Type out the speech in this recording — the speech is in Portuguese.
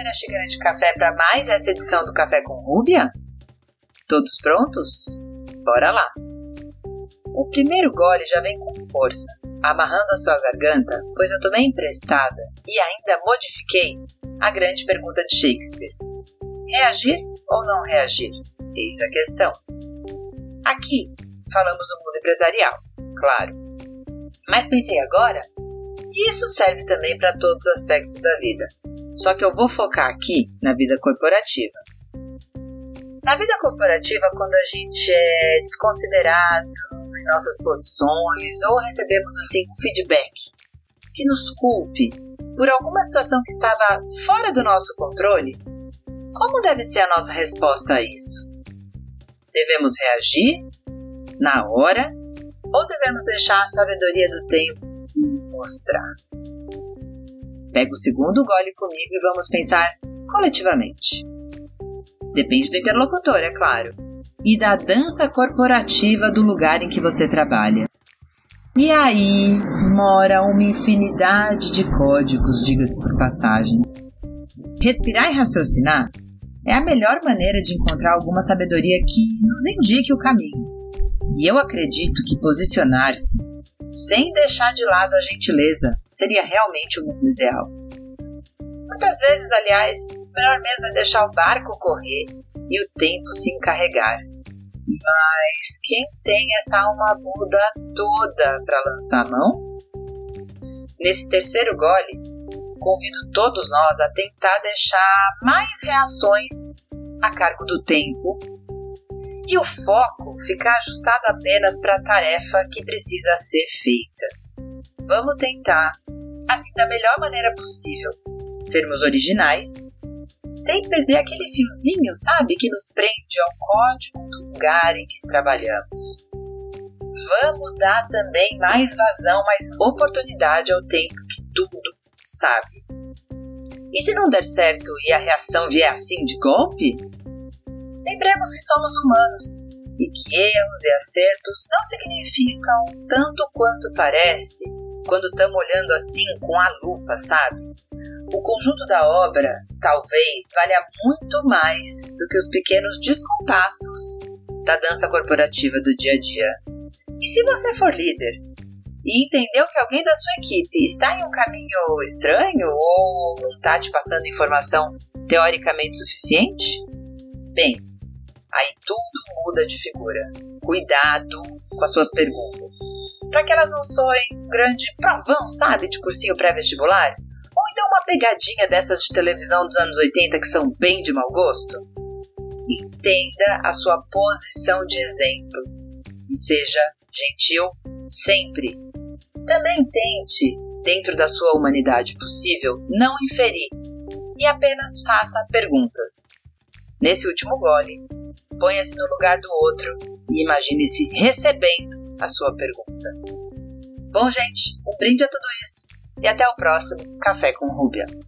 a xícara de café para mais essa edição do Café com Rúbia? Todos prontos? Bora lá! O primeiro gole já vem com força, amarrando a sua garganta, pois eu tomei emprestada e ainda modifiquei a grande pergunta de Shakespeare. Reagir ou não reagir? Eis a questão. Aqui falamos do mundo empresarial, claro. Mas pensei agora, e isso serve também para todos os aspectos da vida. Só que eu vou focar aqui na vida corporativa. Na vida corporativa, quando a gente é desconsiderado em nossas posições ou recebemos assim um feedback que nos culpe por alguma situação que estava fora do nosso controle, como deve ser a nossa resposta a isso? Devemos reagir na hora ou devemos deixar a sabedoria do tempo mostrar? Pega o segundo gole comigo e vamos pensar coletivamente. Depende do interlocutor, é claro, e da dança corporativa do lugar em que você trabalha. E aí mora uma infinidade de códigos, diga-se por passagem. Respirar e raciocinar é a melhor maneira de encontrar alguma sabedoria que nos indique o caminho. E eu acredito que posicionar-se, sem deixar de lado a gentileza, seria realmente o mundo ideal. Muitas vezes, aliás, o melhor mesmo é deixar o barco correr e o tempo se encarregar. Mas quem tem essa alma Buda toda para lançar a mão? Nesse terceiro gole, convido todos nós a tentar deixar mais reações a cargo do tempo e o foco ficar ajustado apenas para a tarefa que precisa ser feita. Vamos tentar, assim da melhor maneira possível, sermos originais, sem perder aquele fiozinho, sabe, que nos prende ao código do lugar em que trabalhamos. Vamos dar também mais vazão, mais oportunidade ao tempo que tudo sabe. E se não der certo e a reação vier assim de golpe? Lembremos que somos humanos e que erros e acertos não significam tanto quanto parece quando estamos olhando assim com a lupa, sabe? O conjunto da obra talvez valha muito mais do que os pequenos descompassos da dança corporativa do dia a dia. E se você for líder e entendeu que alguém da sua equipe está em um caminho estranho ou não está te passando informação teoricamente suficiente, bem, aí tudo muda de figura. Cuidado com as suas perguntas, para que elas não soem um grande provão, sabe, de cursinho pré-vestibular? Ou então uma pegadinha dessas de televisão dos anos 80 que são bem de mau gosto? Entenda a sua posição de exemplo e seja gentil sempre. Também tente, dentro da sua humanidade possível, não inferir e apenas faça perguntas. Nesse último gole, ponha-se no lugar do outro e imagine-se recebendo a sua pergunta. Bom, gente, um brinde a tudo isso e até o próximo Café com Rúbia.